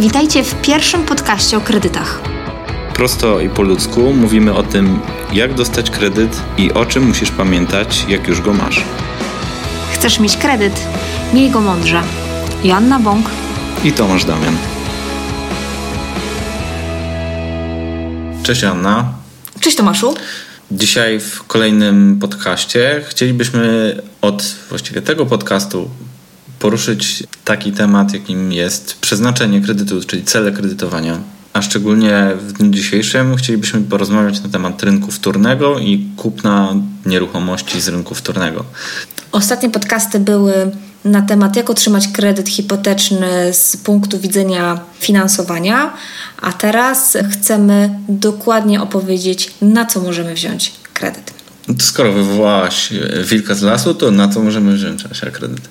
Witajcie w pierwszym podcaście o kredytach. Prosto i po ludzku mówimy o tym, jak dostać kredyt i o czym musisz pamiętać, jak już go masz. Chcesz mieć kredyt? Miej go mądrze. Joanna Bąk i Tomasz Damian. Cześć Anna. Cześć Tomaszu. Dzisiaj w kolejnym podcaście chcielibyśmy od właściwie tego podcastu poruszyć taki temat, jakim jest przeznaczenie kredytu, czyli cele kredytowania. A szczególnie w dniu dzisiejszym chcielibyśmy porozmawiać na temat rynku wtórnego i kupna nieruchomości z rynku wtórnego. Ostatnie podcasty były na temat, jak otrzymać kredyt hipoteczny z punktu widzenia finansowania, a teraz chcemy dokładnie opowiedzieć, na co możemy wziąć kredyt. Skoro wywołałaś wilka z lasu, to na co możemy wziąć kredyt?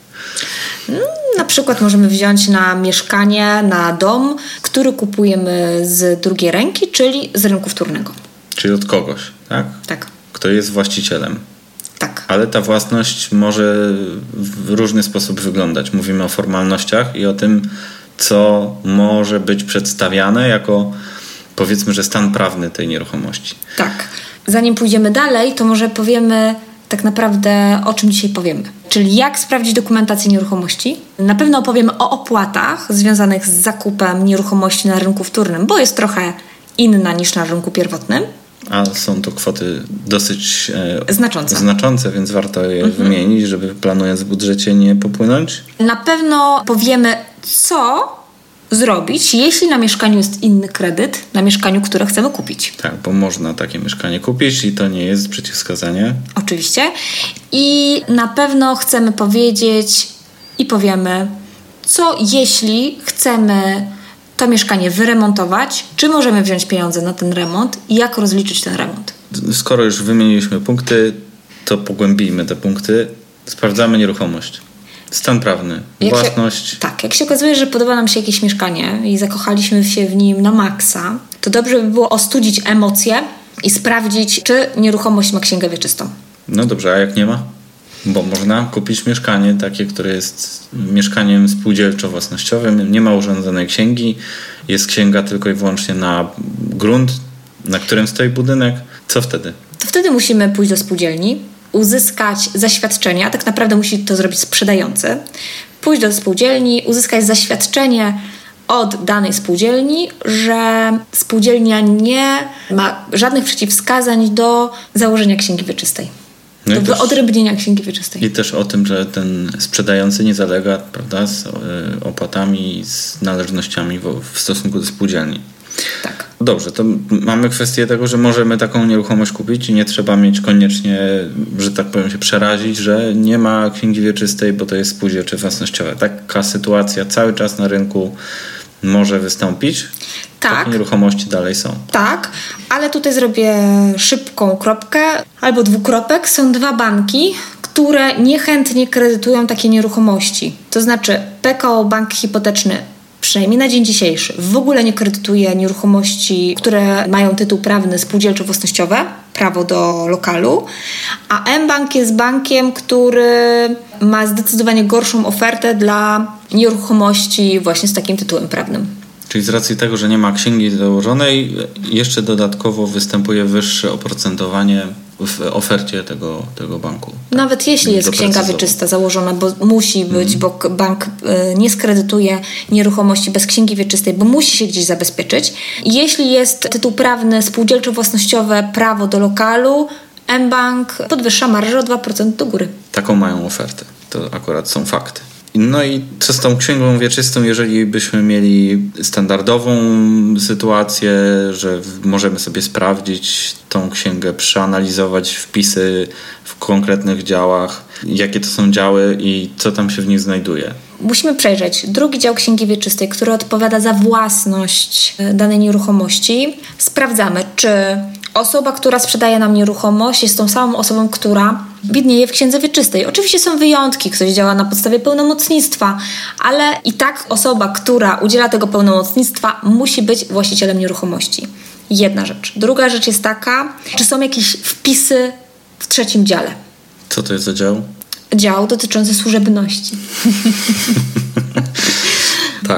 Na przykład możemy wziąć na mieszkanie, na dom, który kupujemy z drugiej ręki, czyli z rynku wtórnego. Czyli od kogoś, tak? Tak. Kto jest właścicielem. Tak. Ale ta własność może w różny sposób wyglądać. Mówimy o formalnościach i o tym, co może być przedstawiane jako, powiedzmy, że stan prawny tej nieruchomości. Tak. Zanim pójdziemy dalej, to może powiemy tak naprawdę, o czym dzisiaj powiemy. Czyli jak sprawdzić dokumentację nieruchomości. Na pewno opowiemy o opłatach związanych z zakupem nieruchomości na rynku wtórnym, bo jest trochę inna niż na rynku pierwotnym. A są to kwoty dosyć znaczące, więc warto je wymienić, żeby planując w budżecie nie popłynąć. Na pewno powiemy, co zrobić, jeśli na mieszkaniu jest inny kredyt, na mieszkaniu, które chcemy kupić. Tak, bo można takie mieszkanie kupić i to nie jest przeciwwskazanie. Oczywiście. I na pewno chcemy powiedzieć i powiemy, co jeśli chcemy to mieszkanie wyremontować, czy możemy wziąć pieniądze na ten remont i jak rozliczyć ten remont. Skoro już wymieniliśmy punkty, to pogłębijmy te punkty. Sprawdzamy nieruchomość. Stan prawny, własność. Jak się okazuje, że podoba nam się jakieś mieszkanie i zakochaliśmy się w nim na maksa, to dobrze by było ostudzić emocje i sprawdzić, czy nieruchomość ma księgę wieczystą. No dobrze, a jak nie ma? Bo można kupić mieszkanie takie, które jest mieszkaniem spółdzielczo-własnościowym, nie ma urządzonej księgi, jest księga tylko i wyłącznie na grunt, na którym stoi budynek. Co wtedy? To wtedy musimy pójść do spółdzielni, uzyskać zaświadczenie, a tak naprawdę musi to zrobić sprzedający, pójść do spółdzielni, uzyskać zaświadczenie od danej spółdzielni, że spółdzielnia nie ma żadnych przeciwwskazań do założenia księgi wieczystej. No do wyodrębnienia księgi wieczystej. I też o tym, że ten sprzedający nie zalega, prawda, z opłatami i z należnościami w stosunku do spółdzielni. Tak. Dobrze, to mamy kwestię tego, że możemy taką nieruchomość kupić i nie trzeba mieć koniecznie, że tak powiem, się przerazić, że nie ma księgi wieczystej, bo to jest spółdzielcze własnościowe. Taka sytuacja cały czas na rynku może wystąpić. Tak. Takie nieruchomości dalej są. Tak, ale tutaj zrobię szybką kropkę albo dwukropek. Są dwa banki, które niechętnie kredytują takie nieruchomości. To znaczy PKO Bank Hipoteczny, przynajmniej na dzień dzisiejszy, w ogóle nie kredytuje nieruchomości, które mają tytuł prawny spółdzielczo-własnościowe, prawo do lokalu, a mBank jest bankiem, który ma zdecydowanie gorszą ofertę dla nieruchomości właśnie z takim tytułem prawnym. Czyli z racji tego, że nie ma księgi założonej, jeszcze dodatkowo występuje wyższe oprocentowanie w ofercie tego banku. Nawet jeśli jest księga wieczysta założona, bo musi być, bo bank nie skredytuje nieruchomości bez księgi wieczystej, bo musi się gdzieś zabezpieczyć. Jeśli jest tytuł prawny spółdzielczo-własnościowe, prawo do lokalu, mBank podwyższa marżę o 2% do góry. Taką mają ofertę. To akurat są fakty. No i co z tą księgą wieczystą, jeżeli byśmy mieli standardową sytuację, że możemy sobie sprawdzić tą księgę, przeanalizować wpisy w konkretnych działach, jakie to są działy i co tam się w nich znajduje. Musimy przejrzeć drugi dział księgi wieczystej, który odpowiada za własność danej nieruchomości. Sprawdzamy, czy osoba, która sprzedaje nam nieruchomość, jest tą samą osobą, która widnieje w księdze wieczystej. Oczywiście są wyjątki, ktoś działa na podstawie pełnomocnictwa, ale i tak osoba, która udziela tego pełnomocnictwa, musi być właścicielem nieruchomości. Jedna rzecz. Druga rzecz jest taka, czy są jakieś wpisy w trzecim dziale. Co to jest za dział? Dział dotyczący służebności. Tak.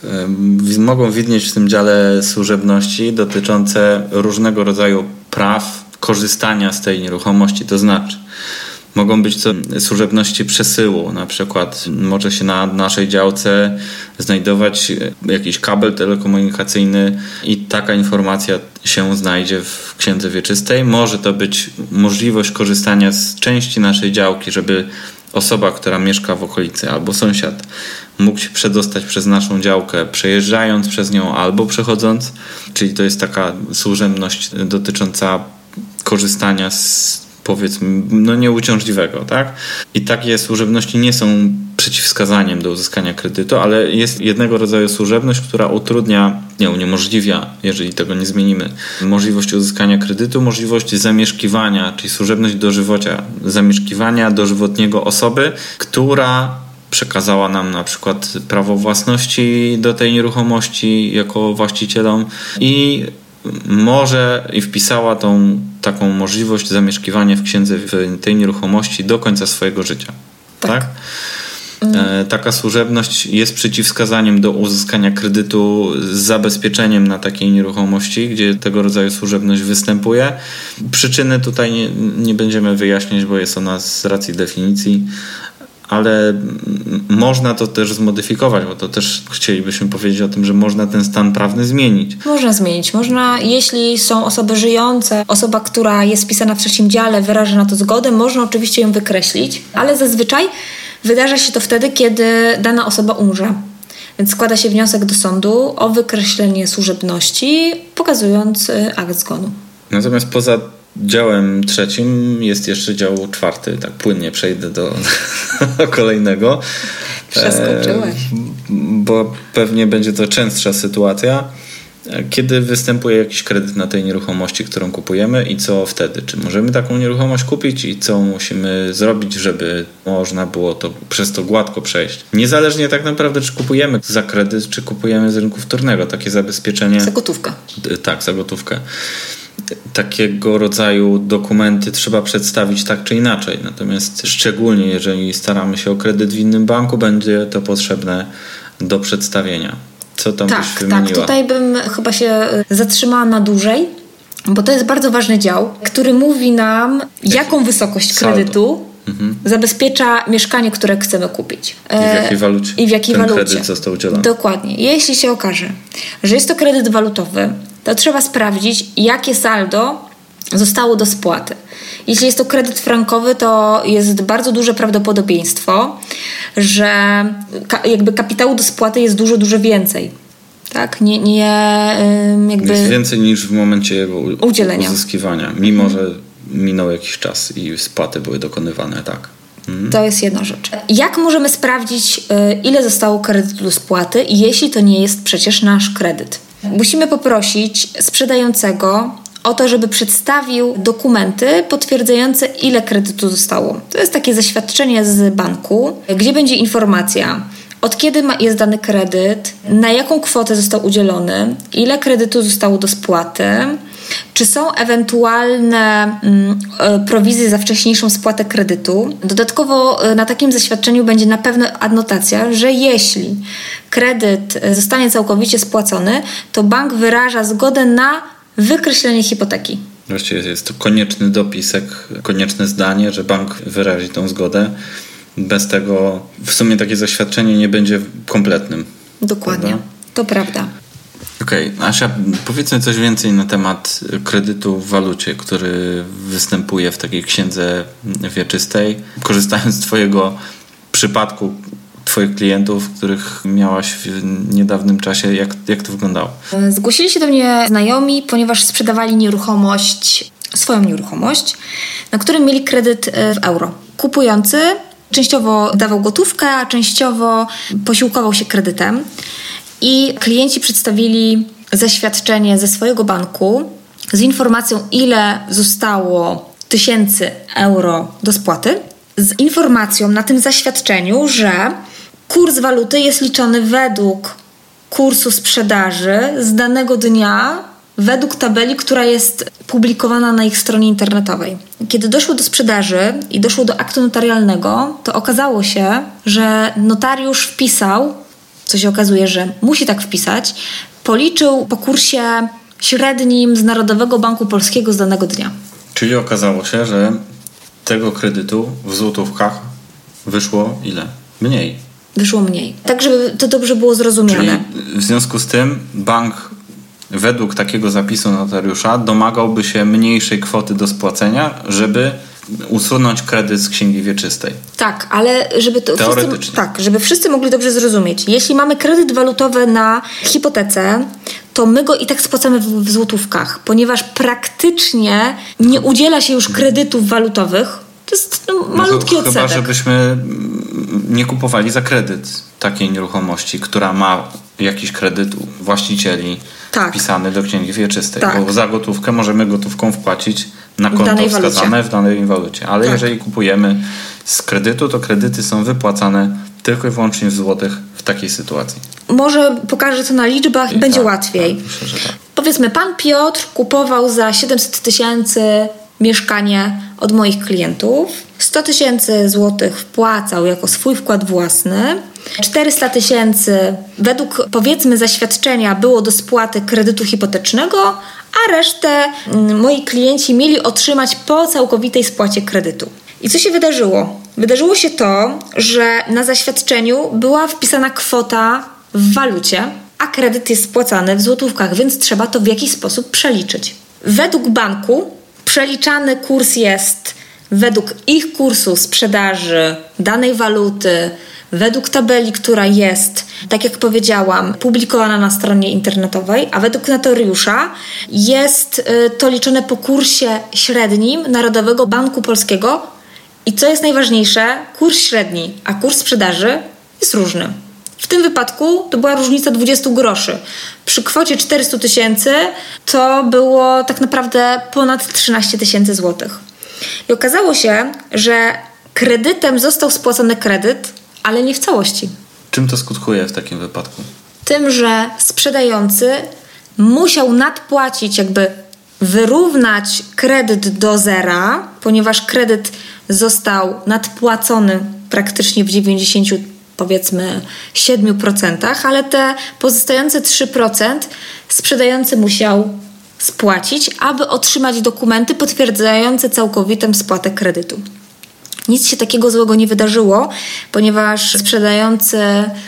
mogą widnieć w tym dziale służebności dotyczące różnego rodzaju praw korzystania z tej nieruchomości. To znaczy, mogą być to służebności przesyłu, na przykład może się na naszej działce znajdować jakiś kabel telekomunikacyjny i taka informacja się znajdzie w księdze wieczystej. Może to być możliwość korzystania z części naszej działki, żeby osoba, która mieszka w okolicy albo sąsiad mógł się przedostać przez naszą działkę, przejeżdżając przez nią albo przechodząc, czyli to jest taka służebność dotycząca korzystania z, powiedzmy, nieuciążliwego, tak? I takie służebności nie są przeciwwskazaniem do uzyskania kredytu, ale jest jednego rodzaju służebność, która uniemożliwia, jeżeli tego nie zmienimy, możliwość uzyskania kredytu, możliwość zamieszkiwania, czyli służebność dożywocia, zamieszkiwania dożywotniego osoby, która przekazała nam na przykład prawo własności do tej nieruchomości jako właścicielom i wpisała tą taką możliwość zamieszkiwania w księdze w tej nieruchomości do końca swojego życia. Tak? Taka służebność jest przeciwwskazaniem do uzyskania kredytu z zabezpieczeniem na takiej nieruchomości, gdzie tego rodzaju służebność występuje. Przyczyny tutaj nie będziemy wyjaśniać, bo jest ona z racji definicji, ale można to też zmodyfikować, bo to też chcielibyśmy powiedzieć o tym, że można ten stan prawny zmienić. Można zmienić. Można, jeśli są osoby żyjące, osoba, która jest wpisana w trzecim dziale, wyraża na to zgodę, można oczywiście ją wykreślić, ale zazwyczaj wydarza się to wtedy, kiedy dana osoba umrze. Więc składa się wniosek do sądu o wykreślenie służebności, pokazując akt zgonu. Natomiast poza działem trzecim jest jeszcze dział czwarty. Tak płynnie przejdę do kolejnego. Przeskoczyłeś. Bo pewnie będzie to częstsza sytuacja, kiedy występuje jakiś kredyt na tej nieruchomości, którą kupujemy i co wtedy? Czy możemy taką nieruchomość kupić i co musimy zrobić, żeby można było to przez to gładko przejść? Niezależnie tak naprawdę, czy kupujemy za kredyt, czy kupujemy z rynku wtórnego. Takie zabezpieczenie... Za gotówkę. Tak, za gotówkę. Takiego rodzaju dokumenty trzeba przedstawić tak czy inaczej. Natomiast szczególnie jeżeli staramy się o kredyt w innym banku, będzie to potrzebne do przedstawienia. Co tam byś wymieniła? Tak, tutaj bym chyba się zatrzymała na dłużej, bo to jest bardzo ważny dział, który mówi nam, jaką wysokość kredytu zabezpiecza mieszkanie, które chcemy kupić. I w jakiej walucie. I w jakiej walucie. Kredyt został udzielony. Dokładnie. Jeśli się okaże, że jest to kredyt walutowy, to trzeba sprawdzić, jakie saldo zostało do spłaty. Jeśli jest to kredyt frankowy, to jest bardzo duże prawdopodobieństwo, że jakby kapitału do spłaty jest dużo, dużo więcej. Tak? Jest więcej niż w momencie jego udzielenia. Uzyskiwania, mimo że minął jakiś czas i spłaty były dokonywane, tak. To jest jedna rzecz. Jak możemy sprawdzić, ile zostało kredytu do spłaty, jeśli to nie jest przecież nasz kredyt? Musimy poprosić sprzedającego o to, żeby przedstawił dokumenty potwierdzające, ile kredytu zostało. To jest takie zaświadczenie z banku, gdzie będzie informacja, od kiedy jest dany kredyt, na jaką kwotę został udzielony, ile kredytu zostało do spłaty, czy są ewentualne prowizje za wcześniejszą spłatę kredytu. Dodatkowo na takim zaświadczeniu będzie na pewno adnotacja, że jeśli kredyt zostanie całkowicie spłacony, to bank wyraża zgodę na wykreślenie hipoteki. Właściwie jest to konieczny dopisek, konieczne zdanie, że bank wyrazi tą zgodę. Bez tego w sumie takie zaświadczenie nie będzie kompletnym. Dokładnie, prawda? To prawda. Okej, Asia, powiedzmy coś więcej na temat kredytu w walucie, który występuje w takiej księdze wieczystej. Korzystając z twojego przypadku, twoich klientów, których miałaś w niedawnym czasie, jak to wyglądało? Zgłosili się do mnie znajomi, ponieważ sprzedawali swoją nieruchomość, na którym mieli kredyt w euro. Kupujący częściowo dawał gotówkę, a częściowo posiłkował się kredytem. I klienci przedstawili zaświadczenie ze swojego banku z informacją, ile zostało tysięcy euro do spłaty, z informacją na tym zaświadczeniu, że kurs waluty jest liczony według kursu sprzedaży z danego dnia, według tabeli, która jest publikowana na ich stronie internetowej. Kiedy doszło do sprzedaży i doszło do aktu notarialnego, to okazało się, że notariusz wpisał co się okazuje, że musi tak wpisać, policzył po kursie średnim z Narodowego Banku Polskiego z danego dnia. Czyli okazało się, że tego kredytu w złotówkach wyszło ile? Mniej. Wyszło mniej. Tak, żeby to dobrze było zrozumiane. Czyli w związku z tym bank według takiego zapisu notariusza domagałby się mniejszej kwoty do spłacenia, żeby usunąć kredyt z księgi wieczystej. Tak, ale żeby to teoretycznie. Żeby wszyscy mogli dobrze zrozumieć. Jeśli mamy kredyt walutowy na hipotece, to my go i tak spłacamy w złotówkach, ponieważ praktycznie nie udziela się już kredytów walutowych. To jest malutki odsetek. Chyba, żebyśmy nie kupowali za kredyt takiej nieruchomości, która ma jakiś kredyt właścicieli wpisany do księgi wieczystej. Tak. Bo za gotówkę możemy gotówką wpłacić na konto wskazane w danej walucie. Ale jeżeli kupujemy z kredytu, to kredyty są wypłacane tylko i wyłącznie w złotych w takiej sytuacji. Może pokażę to na liczbach i będzie łatwiej. Tak, myślę, że tak. Powiedzmy, pan Piotr kupował za 700 000 mieszkanie od moich klientów. 100 000 złotych wpłacał jako swój wkład własny. 400 000 według, powiedzmy, zaświadczenia było do spłaty kredytu hipotecznego, a resztę moi klienci mieli otrzymać po całkowitej spłacie kredytu. I co się wydarzyło? Wydarzyło się to, że na zaświadczeniu była wpisana kwota w walucie, a kredyt jest spłacany w złotówkach, więc trzeba to w jakiś sposób przeliczyć. Według banku przeliczany kurs jest według ich kursu sprzedaży danej waluty, według tabeli, która jest, tak jak powiedziałam, publikowana na stronie internetowej, a według notariusza jest to liczone po kursie średnim Narodowego Banku Polskiego i co jest najważniejsze, kurs średni, a kurs sprzedaży jest różny. W tym wypadku to była różnica 20 groszy. Przy kwocie 400 000 to było tak naprawdę ponad 13 000 złotych. I okazało się, że kredytem został spłacony kredyt, ale nie w całości. Czym to skutkuje w takim wypadku? Tym, że sprzedający musiał nadpłacić, jakby wyrównać kredyt do zera, ponieważ kredyt został nadpłacony praktycznie w 90%, powiedzmy 7%, ale te pozostające 3% sprzedający musiał spłacić, aby otrzymać dokumenty potwierdzające całkowitą spłatę kredytu. Nic się takiego złego nie wydarzyło, ponieważ sprzedający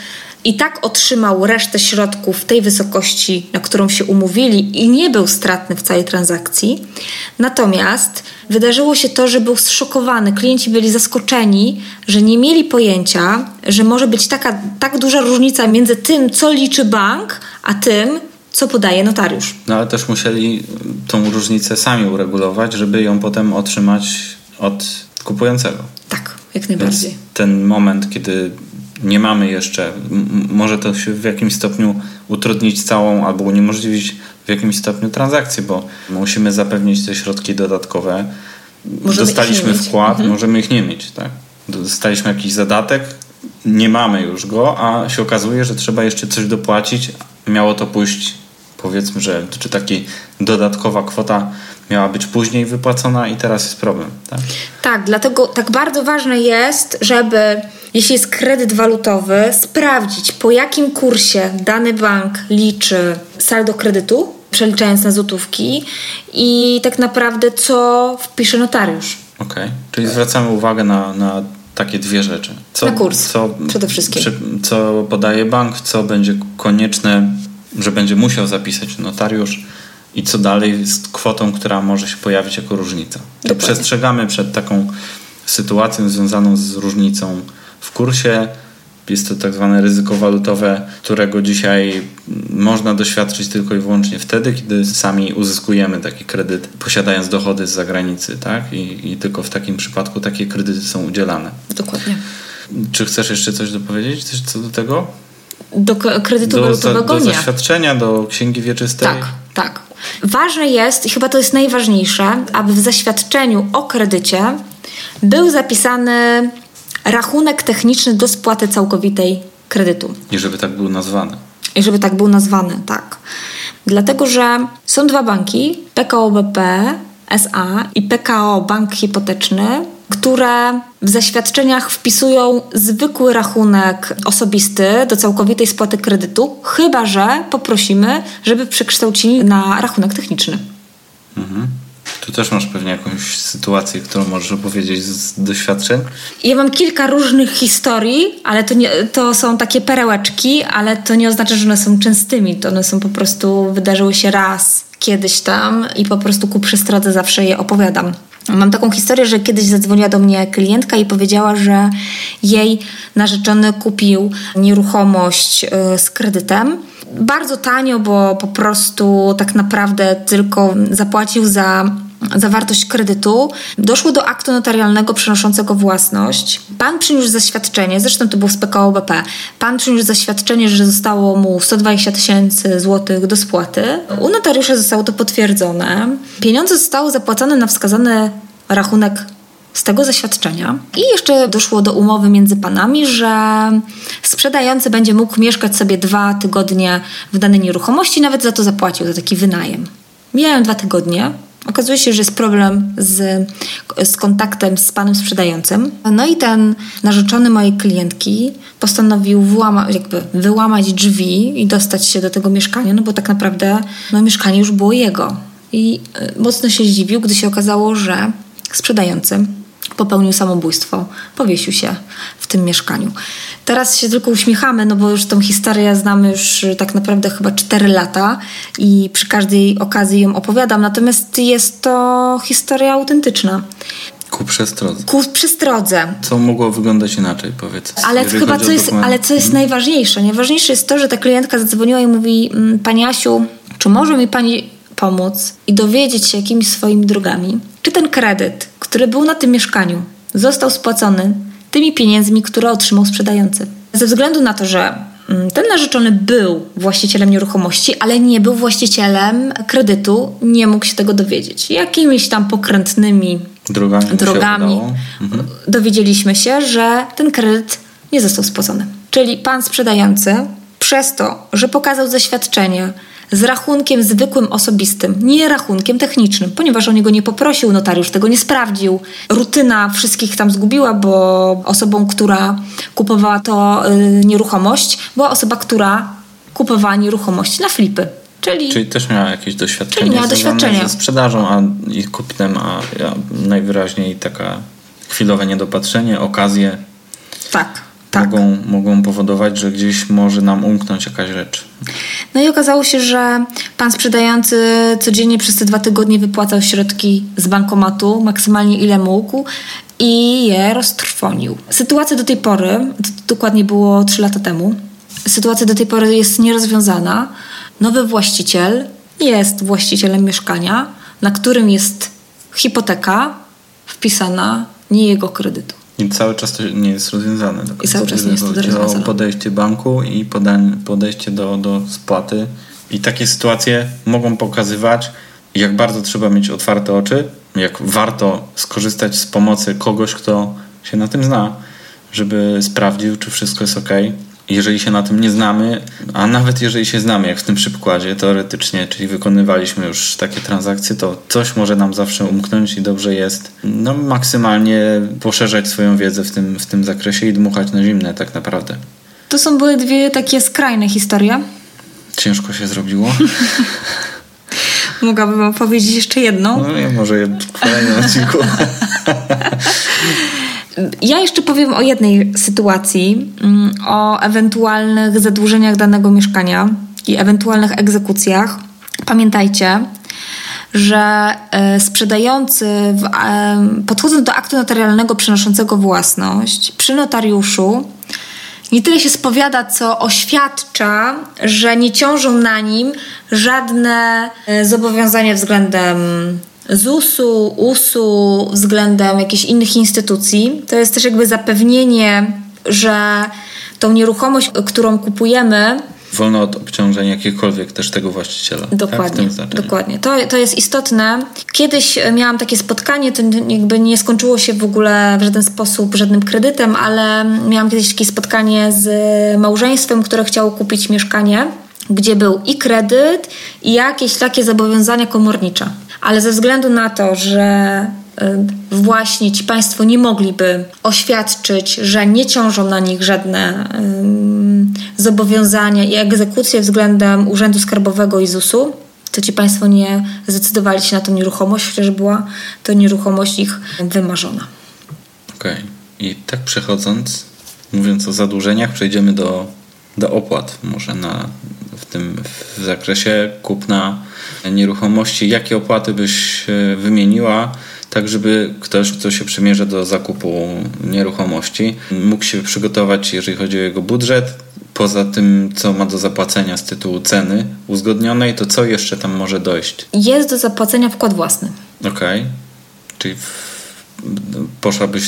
i tak otrzymał resztę środków w tej wysokości, na którą się umówili i nie był stratny w całej transakcji. Natomiast wydarzyło się to, że był zszokowany. Klienci byli zaskoczeni, że nie mieli pojęcia, że może być tak duża różnica między tym, co liczy bank, a tym, co podaje notariusz. No ale też musieli tą różnicę sami uregulować, żeby ją potem otrzymać od kupującego. Tak, jak najbardziej. Więc ten moment, kiedy nie mamy jeszcze, może to się w jakimś stopniu utrudnić całą albo uniemożliwić w jakimś stopniu transakcję, bo musimy zapewnić te środki dodatkowe. Dostaliśmy wkład, możemy ich nie mieć. Tak? Dostaliśmy jakiś zadatek, nie mamy już go, a się okazuje, że trzeba jeszcze coś dopłacić. Miało to pójść, powiedzmy, że czy taka dodatkowa kwota miała być później wypłacona i teraz jest problem. Tak? Tak, dlatego tak bardzo ważne jest, żeby jeśli jest kredyt walutowy, sprawdzić, po jakim kursie dany bank liczy saldo kredytu, przeliczając na złotówki i tak naprawdę co wpisze notariusz. Okej, czyli zwracamy uwagę na takie dwie rzeczy. Na kurs przede wszystkim. Co podaje bank, co będzie konieczne, że będzie musiał zapisać notariusz i co dalej z kwotą, która może się pojawić jako różnica. Przestrzegamy przed taką sytuacją związaną z różnicą w kursie. Jest to tak zwane ryzyko walutowe, którego dzisiaj można doświadczyć tylko i wyłącznie wtedy, kiedy sami uzyskujemy taki kredyt, posiadając dochody z zagranicy, tak? I tylko w takim przypadku takie kredyty są udzielane. Dokładnie. Czy chcesz jeszcze coś dopowiedzieć? Coś co do tego? Do kredytu walutowego nie. Do zaświadczenia, do księgi wieczystej? Tak. Ważne jest, i chyba to jest najważniejsze, aby w zaświadczeniu o kredycie był zapisany rachunek techniczny do spłaty całkowitej kredytu. I żeby tak był nazwany. Tak. Dlatego, że są dwa banki, PKO BP S.A. i PKO Bank Hipoteczny. które w zaświadczeniach wpisują zwykły rachunek osobisty do całkowitej spłaty kredytu, chyba że poprosimy, żeby przekształcili na rachunek techniczny. Mhm. Tu też masz pewnie jakąś sytuację, którą możesz opowiedzieć z doświadczeń? Ja mam kilka różnych historii, ale to są takie perełeczki, ale to nie oznacza, że one są częstymi. To one są po prostu, wydarzyły się raz, kiedyś tam i po prostu ku przestrodze zawsze je opowiadam. Mam taką historię, że kiedyś zadzwoniła do mnie klientka i powiedziała, że jej narzeczony kupił nieruchomość z kredytem. Bardzo tanio, bo po prostu tak naprawdę tylko zapłacił za wartość kredytu. Doszło do aktu notarialnego przenoszącego własność. Pan przyniósł zaświadczenie, zresztą to było z PKO BP. Pan przyniósł zaświadczenie, że zostało mu 120 000 złotych do spłaty. U notariusza zostało to potwierdzone. Pieniądze zostały zapłacone na wskazany rachunek z tego zaświadczenia. I jeszcze doszło do umowy między panami, że sprzedający będzie mógł mieszkać sobie 2 tygodnie w danej nieruchomości, nawet za to zapłacił, za taki wynajem. Mijają 2 tygodnie. Okazuje się, że jest problem z kontaktem z panem sprzedającym. No i ten narzeczony mojej klientki postanowił wyłamać drzwi i dostać się do tego mieszkania, no bo tak naprawdę mieszkanie już było jego. I mocno się zdziwił, gdy się okazało, że sprzedający popełnił samobójstwo, powiesił się w tym mieszkaniu. Teraz się tylko uśmiechamy, no bo już tą historię znamy już tak naprawdę chyba 4 lata i przy każdej okazji ją opowiadam, natomiast jest to historia autentyczna. Ku przestrodze. Ku przestrodze. Co mogło wyglądać inaczej, powiedz. Ale chyba co jest najważniejsze? Najważniejsze jest to, że ta klientka zadzwoniła i mówi: Pani Asiu, czy może mi Pani pomóc i dowiedzieć się jakimiś swoimi drogami, czy ten kredyt, który był na tym mieszkaniu, został spłacony tymi pieniędzmi, które otrzymał sprzedający. Ze względu na to, że ten narzeczony był właścicielem nieruchomości, ale nie był właścicielem kredytu, nie mógł się tego dowiedzieć. Jakimiś tam pokrętnymi drogami dowiedzieliśmy się, że ten kredyt nie został spłacony. Czyli pan sprzedający przez to, że pokazał zaświadczenie z rachunkiem zwykłym, osobistym, nie rachunkiem technicznym, ponieważ o niego nie poprosił, notariusz tego nie sprawdził. Rutyna wszystkich tam zgubiła, bo osobą, która kupowała to nieruchomość, była osoba, która kupowała nieruchomość na flipy. Czyli też miała jakieś doświadczenie ze sprzedażą i kupnem, a najwyraźniej taka chwilowe niedopatrzenie, okazje. Tak. Mogą powodować, że gdzieś może nam umknąć jakaś rzecz. No i okazało się, że pan sprzedający codziennie przez te 2 tygodnie wypłacał środki z bankomatu, maksymalnie ile mógł, i je roztrwonił. Sytuacja do tej pory, dokładnie było 3 lata temu, sytuacja do tej pory jest nierozwiązana. Nowy właściciel jest właścicielem mieszkania, na którym jest hipoteka wpisana, nie jego kredytu. I cały czas to nie jest rozwiązane. I cały czas nie jest to rozwiązane. Podejście banku i podejście do spłaty. I takie sytuacje mogą pokazywać, jak bardzo trzeba mieć otwarte oczy, jak warto skorzystać z pomocy kogoś, kto się na tym zna, żeby sprawdził, czy wszystko jest okej. Jeżeli się na tym nie znamy, a nawet jeżeli się znamy, jak w tym przykładzie teoretycznie, czyli wykonywaliśmy już takie transakcje, to coś może nam zawsze umknąć i dobrze jest maksymalnie poszerzać swoją wiedzę w tym zakresie i dmuchać na zimne tak naprawdę. To były 2 takie skrajne historie. Ciężko się zrobiło. Mogłabym opowiedzieć jeszcze jedną. Może w kolejnym odcinku. Ja jeszcze powiem o jednej sytuacji, o ewentualnych zadłużeniach danego mieszkania i ewentualnych egzekucjach. Pamiętajcie, że sprzedający podchodząc do aktu notarialnego przenoszącego własność przy notariuszu nie tyle się spowiada, co oświadcza, że nie ciążą na nim żadne zobowiązania względem ZUS-u, US-u, względem jakichś innych instytucji. To jest też jakby zapewnienie, że tą nieruchomość, którą kupujemy, wolno od obciążeń jakichkolwiek też tego właściciela. Dokładnie, tak? Dokładnie. To jest istotne. Kiedyś miałam takie spotkanie, to jakby nie skończyło się w ogóle w żaden sposób żadnym kredytem, ale miałam kiedyś takie spotkanie z małżeństwem, które chciało kupić mieszkanie, gdzie był i kredyt, i jakieś takie zobowiązania komornicze. Ale ze względu na to, że właśnie ci państwo nie mogliby oświadczyć, że nie ciążą na nich żadne zobowiązania i egzekucje względem Urzędu Skarbowego i ZUS-u, to ci państwo nie zdecydowali się na tą nieruchomość, chociaż była to nieruchomość ich wymarzona. Okej. I tak przechodząc, mówiąc o zadłużeniach, przejdziemy do opłat. Może w zakresie kupna nieruchomości. Jakie opłaty byś wymieniła, tak żeby ktoś, kto się przymierza do zakupu nieruchomości, mógł się przygotować, jeżeli chodzi o jego budżet, poza tym, co ma do zapłacenia z tytułu ceny uzgodnionej, to co jeszcze tam może dojść? Jest do zapłacenia wkład własny. Okej. Czyli poszłabyś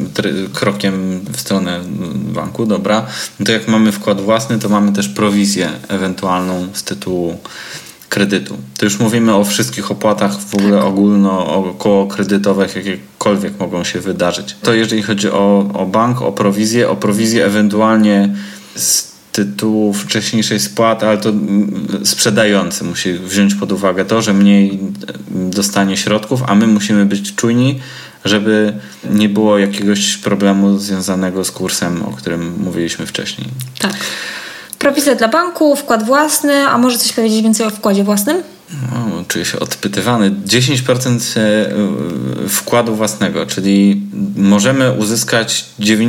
krokiem w stronę banku, dobra. No to jak mamy wkład własny, to mamy też prowizję ewentualną z tytułu kredytu. To już mówimy o wszystkich opłatach w ogóle około kredytowych, jakiekolwiek mogą się wydarzyć. To jeżeli chodzi o bank, o prowizję ewentualnie z tytułu wcześniejszej spłaty, ale to sprzedający musi wziąć pod uwagę to, że mniej dostanie środków, a my musimy być czujni, żeby nie było jakiegoś problemu związanego z kursem, o którym mówiliśmy wcześniej. Tak. Prowizja dla banku, wkład własny, a może coś powiedzieć więcej o wkładzie własnym? No, czuję się odpytywany. 10% wkładu własnego, czyli możemy uzyskać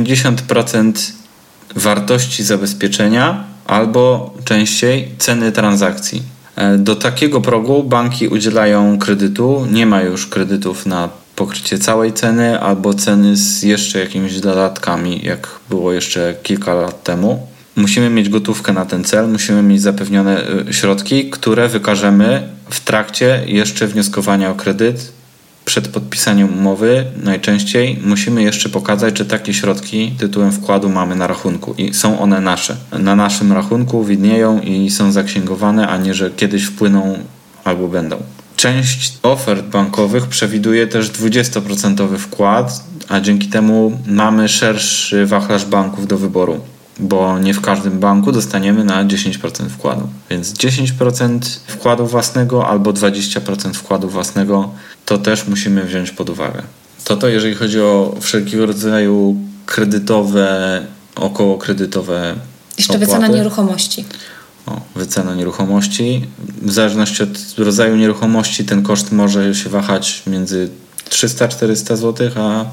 90% wartości zabezpieczenia albo częściej ceny transakcji. Do takiego progu banki udzielają kredytu. Nie ma już kredytów na pokrycie całej ceny albo ceny z jeszcze jakimiś dodatkami, jak było jeszcze kilka lat temu. Musimy mieć gotówkę na ten cel, musimy mieć zapewnione środki, które wykażemy w trakcie jeszcze wnioskowania o kredyt. Przed podpisaniem umowy najczęściej musimy jeszcze pokazać, czy takie środki tytułem wkładu mamy na rachunku i są one nasze. Na naszym rachunku widnieją i są zaksięgowane, a nie, że kiedyś wpłyną albo będą. Część ofert bankowych przewiduje też 20% wkład, a dzięki temu mamy szerszy wachlarz banków do wyboru, bo nie w każdym banku dostaniemy na 10% wkładu. Więc 10% wkładu własnego albo 20% wkładu własnego to też musimy wziąć pod uwagę. To jeżeli chodzi o wszelkiego rodzaju kredytowe, okołokredytowe jeszcze opłaty. Wycena nieruchomości. Wycena nieruchomości. W zależności od rodzaju nieruchomości ten koszt może się wahać między 300-400 zł, a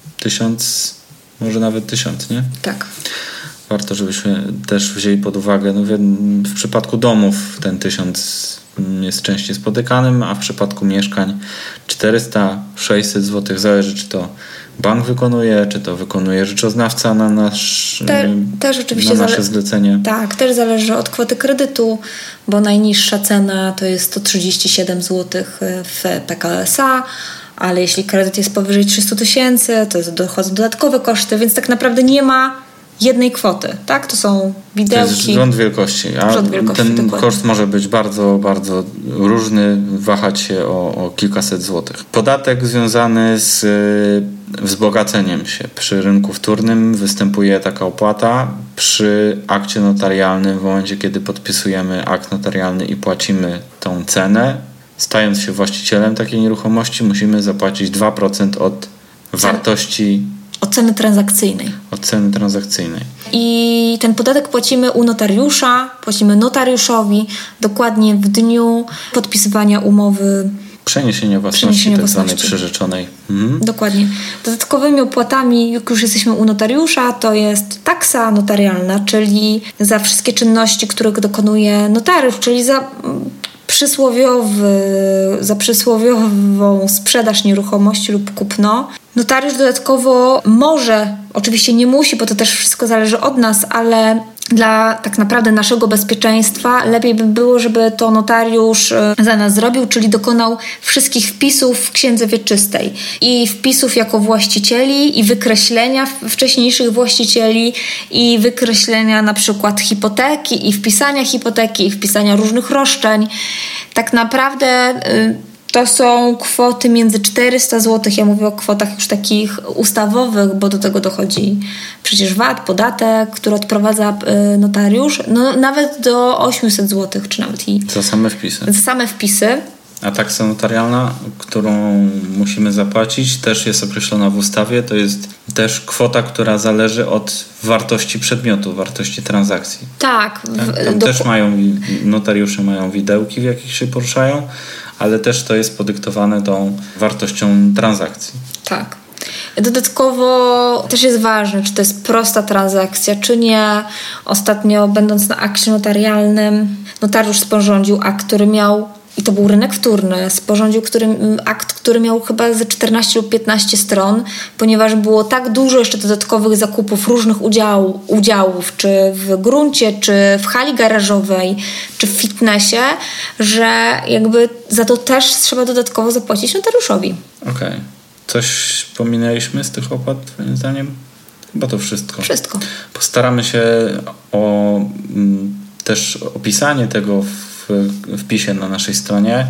1000, może nawet 1000, nie? Tak. Warto, żebyśmy też wzięli pod uwagę, w przypadku domów ten 1000 jest częściej spotykanym, a w przypadku mieszkań 400-600 zł, zależy czy to bank wykonuje, czy to wykonuje rzeczoznawca na też oczywiście na nasze zlecenie. Tak, też zależy od kwoty kredytu, bo najniższa cena to jest 137 zł w PKO SA, ale jeśli kredyt jest powyżej 300 000, to dochodzą dodatkowe koszty, więc tak naprawdę nie ma jednej kwoty, tak? To są widełki. To jest rząd wielkości, ten dokładnie. Koszt może być bardzo, bardzo różny, wahać się o kilkaset złotych. Podatek związany z wzbogaceniem się. Przy rynku wtórnym występuje taka opłata. Przy akcie notarialnym, w momencie kiedy podpisujemy akt notarialny i płacimy tą cenę, stając się właścicielem takiej nieruchomości, musimy zapłacić 2% od wartości od ceny transakcyjnej. Od ceny transakcyjnej. I ten podatek płacimy u notariusza, płacimy notariuszowi dokładnie w dniu podpisywania umowy. Przeniesienia własności tak zwanej przyrzeczonej. Dokładnie. Dodatkowymi opłatami, jak już jesteśmy u notariusza, to jest taksa notarialna, czyli za wszystkie czynności, których dokonuje notariusz, czyli za przysłowiową sprzedaż nieruchomości lub kupno. Notariusz dodatkowo może, oczywiście nie musi, bo to też wszystko zależy od nas, ale dla tak naprawdę naszego bezpieczeństwa lepiej by było, żeby to notariusz za nas zrobił, czyli dokonał wszystkich wpisów w księdze wieczystej i wpisów jako właścicieli i wykreślenia wcześniejszych właścicieli i wykreślenia na przykład hipoteki i wpisania hipoteki i wpisania różnych roszczeń. Tak naprawdę to są kwoty między 400 zł, ja mówię o kwotach już takich ustawowych, bo do tego dochodzi przecież VAT, podatek, który odprowadza notariusz, nawet do 800 zł, czy nawet i... Za same wpisy. Za same wpisy. A taksa notarialna, którą musimy zapłacić, też jest określona w ustawie. To jest też kwota, która zależy od wartości przedmiotu, wartości transakcji. Tak. Tam też notariusze mają widełki, w jakich się poruszają, ale też to jest podyktowane tą wartością transakcji. Tak. Dodatkowo też jest ważne, czy to jest prosta transakcja, czy nie. Ostatnio, będąc na akcie notarialnym, notariusz sporządził akt, który miał, i to był rynek wtórny, sporządził akt, który miał chyba ze 14 lub 15 stron, ponieważ było tak dużo jeszcze dodatkowych zakupów różnych udziałów, czy w gruncie, czy w hali garażowej, czy w fitnessie, że jakby za to też trzeba dodatkowo zapłacić notariuszowi. Okej. Coś pominęliśmy z tych opłat, moim zdaniem? Chyba to wszystko. Wszystko. Postaramy się o też opisanie tego w wpisie na naszej stronie,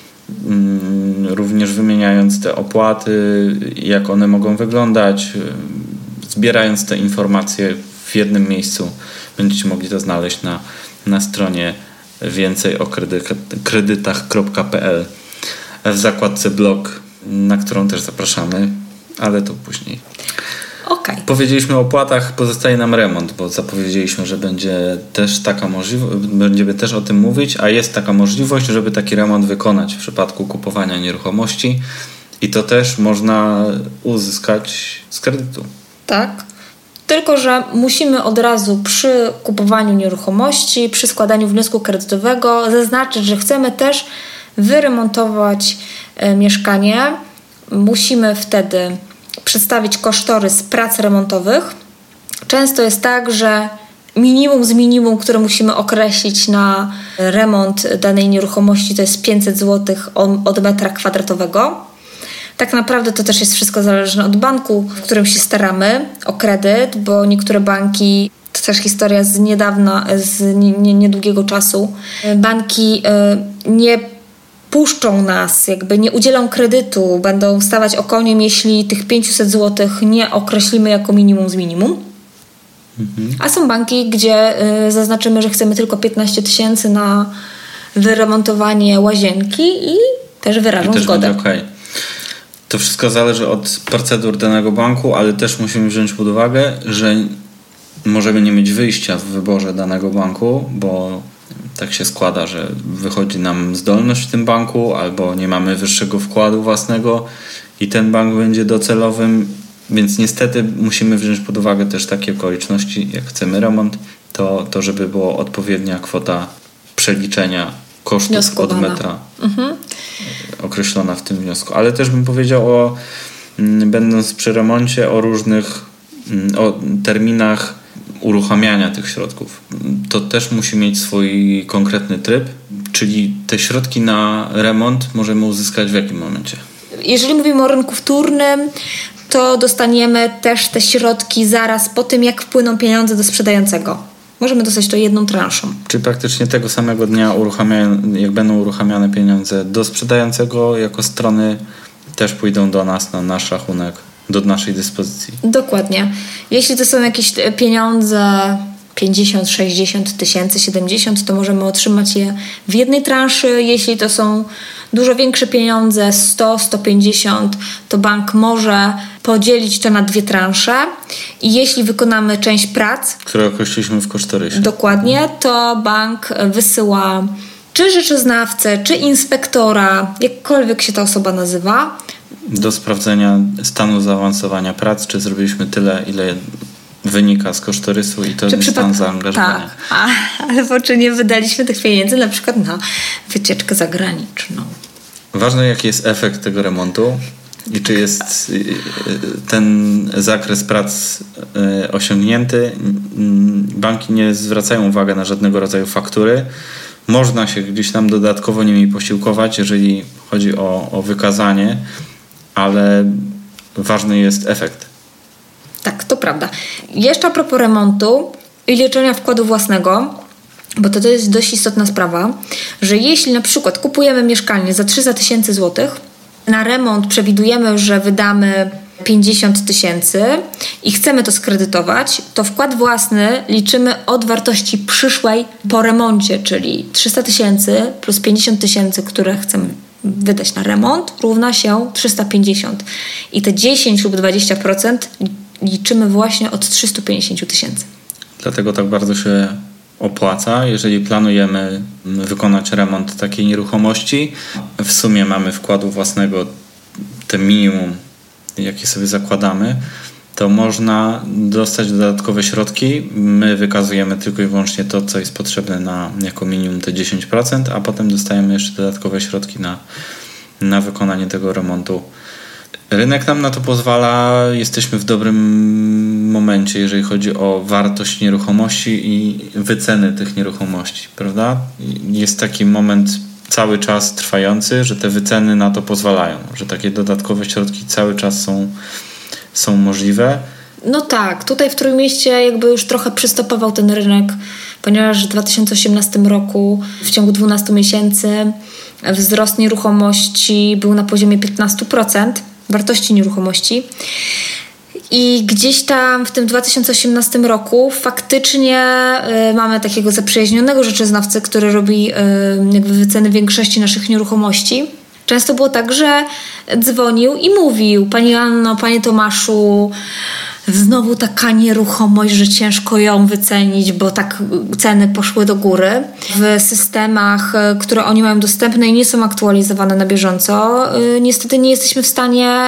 również wymieniając te opłaty, jak one mogą wyglądać, zbierając te informacje w jednym miejscu. Będziecie mogli to znaleźć na stronie więcej o kredytach.pl w zakładce blog, na którą też zapraszamy, ale to później. Okay. Powiedzieliśmy o opłatach, pozostaje nam remont, bo zapowiedzieliśmy, że będzie też taka możliwość, będziemy też o tym mówić, a jest taka możliwość, żeby taki remont wykonać w przypadku kupowania nieruchomości i to też można uzyskać z kredytu. Tak. Tylko że musimy od razu przy kupowaniu nieruchomości, przy składaniu wniosku kredytowego zaznaczyć, że chcemy też wyremontować mieszkanie. Musimy wtedy przedstawić kosztorys prac remontowych. Często jest tak, że minimum z minimum, które musimy określić na remont danej nieruchomości, to jest 500 zł od metra kwadratowego. Tak naprawdę to też jest wszystko zależne od banku, w którym się staramy o kredyt, bo niektóre banki, to też historia z niedawna, z niedługiego czasu, banki nie puszczą nas, jakby nie udzielą kredytu, będą stawać okoniem, jeśli tych 500 zł nie określimy jako minimum z minimum. A są banki, gdzie zaznaczymy, że chcemy tylko 15 000 na wyremontowanie łazienki i też wyrażą zgodę. Okay. To wszystko zależy od procedur danego banku, ale też musimy wziąć pod uwagę, że możemy nie mieć wyjścia w wyborze danego banku, bo tak się składa, że wychodzi nam zdolność w tym banku albo nie mamy wyższego wkładu własnego i ten bank będzie docelowym, więc niestety musimy wziąć pod uwagę też takie okoliczności, jak chcemy remont, to żeby była odpowiednia kwota przeliczenia kosztów od metra określona w tym wniosku. Ale też bym powiedział będąc przy remoncie, o terminach uruchamiania tych środków. To też musi mieć swój konkretny tryb, czyli te środki na remont możemy uzyskać w jakim momencie? Jeżeli mówimy o rynku wtórnym, to dostaniemy też te środki zaraz po tym, jak wpłyną pieniądze do sprzedającego. Możemy dostać to jedną transzą. Czyli praktycznie tego samego dnia, jak będą uruchamiane pieniądze do sprzedającego, jako strony też pójdą do nas na nasz rachunek, do naszej dyspozycji. Dokładnie. Jeśli to są jakieś pieniądze 50, 60 tysięcy, 70, to możemy otrzymać je w jednej transzy. Jeśli to są dużo większe pieniądze, 100, 150, to bank może podzielić to na dwie transze i jeśli wykonamy część prac, które określiliśmy w kosztorysie. Dokładnie, to bank wysyła czy rzeczoznawcę, czy inspektora, jakkolwiek się ta osoba nazywa, do sprawdzenia stanu zaawansowania prac, czy zrobiliśmy tyle, ile wynika z kosztorysu i to jest stan zaangażowania. Tak, albo czy nie wydaliśmy tych pieniędzy na przykład na wycieczkę zagraniczną. Ważne, jaki jest efekt tego remontu i czy jest ten zakres prac osiągnięty. Banki nie zwracają uwagi na żadnego rodzaju faktury. Można się gdzieś tam dodatkowo nimi posiłkować, jeżeli chodzi o wykazanie, ale ważny jest efekt. Tak, to prawda. Jeszcze a propos remontu i liczenia wkładu własnego, bo to jest dość istotna sprawa, że jeśli na przykład kupujemy mieszkanie za 300 000 złotych, na remont przewidujemy, że wydamy 50 000 i chcemy to skredytować, to wkład własny liczymy od wartości przyszłej po remoncie, czyli 300 000 plus 50 000, które chcemy wydać na remont, równa się 350. I te 10 lub 20% liczymy właśnie od 350 tysięcy. Dlatego tak bardzo się opłaca, jeżeli planujemy wykonać remont takiej nieruchomości. W sumie mamy wkładu własnego te minimum, jakie sobie zakładamy, to można dostać dodatkowe środki. My wykazujemy tylko i wyłącznie to, co jest potrzebne jako minimum te 10%, a potem dostajemy jeszcze dodatkowe środki na wykonanie tego remontu. Rynek nam na to pozwala, jesteśmy w dobrym momencie, jeżeli chodzi o wartość nieruchomości i wyceny tych nieruchomości, prawda? Jest taki moment cały czas trwający, że te wyceny na to pozwalają, że takie dodatkowe środki cały czas są możliwe. No tak, tutaj w Trójmieście jakby już trochę przystopował ten rynek, ponieważ w 2018 roku w ciągu 12 miesięcy wzrost nieruchomości był na poziomie 15% wartości nieruchomości. I gdzieś tam w tym 2018 roku faktycznie mamy takiego zaprzyjaźnionego rzeczoznawcę, który robi jakby wyceny większości naszych nieruchomości. Często było tak, że dzwonił i mówił: Pani Anno, Panie Tomaszu, znowu taka nieruchomość, że ciężko ją wycenić, bo tak ceny poszły do góry. W systemach, które oni mają dostępne i nie są aktualizowane na bieżąco, niestety nie jesteśmy w stanie,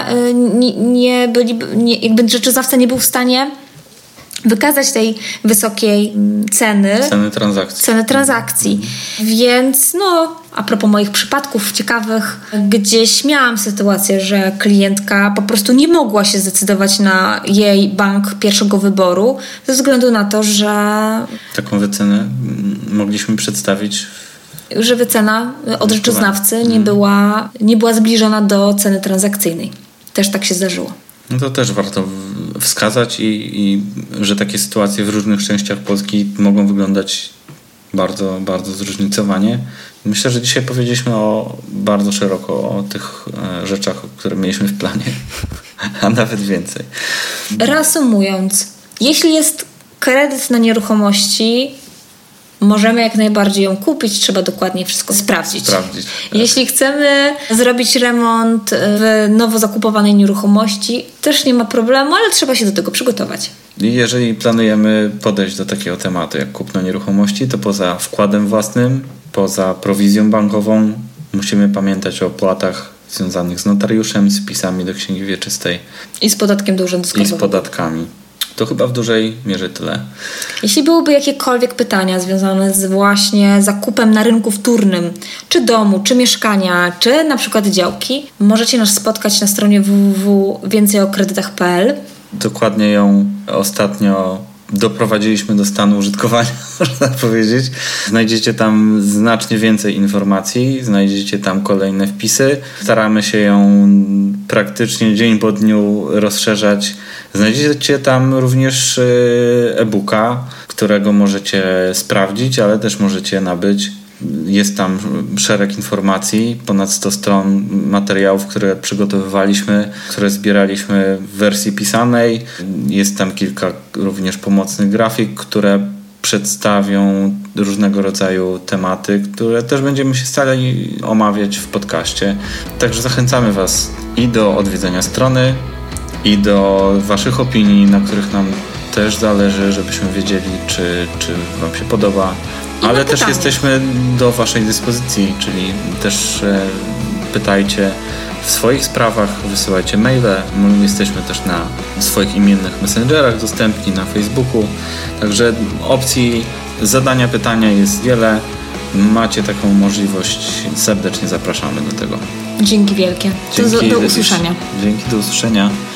jakby rzeczoznawca nie był w stanie wykazać tej wysokiej ceny transakcji. Więc a propos moich przypadków ciekawych, gdzieś miałam sytuację, że klientka po prostu nie mogła się zdecydować na jej bank pierwszego wyboru ze względu na to, że taką wycenę mogliśmy przedstawić, że wycena od rzeczoznawcy nie była zbliżona do ceny transakcyjnej. Też tak się zdarzyło. No to też warto wskazać i że takie sytuacje w różnych częściach Polski mogą wyglądać bardzo, bardzo zróżnicowanie. Myślę, że dzisiaj powiedzieliśmy bardzo szeroko o tych rzeczach, które mieliśmy w planie, a nawet więcej. Reasumując, jeśli jest kredyt na nieruchomości, możemy jak najbardziej ją kupić, trzeba dokładnie wszystko sprawdzić. Jeśli chcemy zrobić remont w nowo zakupowanej nieruchomości, też nie ma problemu, ale trzeba się do tego przygotować. I jeżeli planujemy podejść do takiego tematu jak kupno nieruchomości, to poza wkładem własnym, poza prowizją bankową, musimy pamiętać o opłatach związanych z notariuszem, z wpisami do księgi wieczystej. I z podatkiem do urzędu skarbowego. I z podatkami. To chyba w dużej mierze tyle. Jeśli byłyby jakiekolwiek pytania związane z właśnie zakupem na rynku wtórnym, czy domu, czy mieszkania, czy na przykład działki, możecie nas spotkać na stronie www.więcejookredytach.pl. Dokładnie ją ostatnio doprowadziliśmy do stanu użytkowania, można powiedzieć. Znajdziecie tam znacznie więcej informacji, znajdziecie tam kolejne wpisy. Staramy się ją praktycznie dzień po dniu rozszerzać. Znajdziecie tam również e-booka, którego możecie sprawdzić, ale też możecie nabyć. Jest tam szereg informacji, ponad 100 stron materiałów, które przygotowywaliśmy, które zbieraliśmy w wersji pisanej. Jest tam kilka również pomocnych grafik, które przedstawią różnego rodzaju tematy, które też będziemy się starali omawiać w podcaście. Także zachęcamy Was i do odwiedzenia strony, i do Waszych opinii, na których nam też zależy, żebyśmy wiedzieli, czy Wam się podoba. Ale też jesteśmy do Waszej dyspozycji, czyli też pytajcie w swoich sprawach, wysyłajcie maile. Jesteśmy też na swoich imiennych messengerach dostępni, na Facebooku. Także opcji zadania pytania jest wiele. Macie taką możliwość. Serdecznie zapraszamy do tego. Dzięki wielkie. Do usłyszenia. Dzięki, do usłyszenia.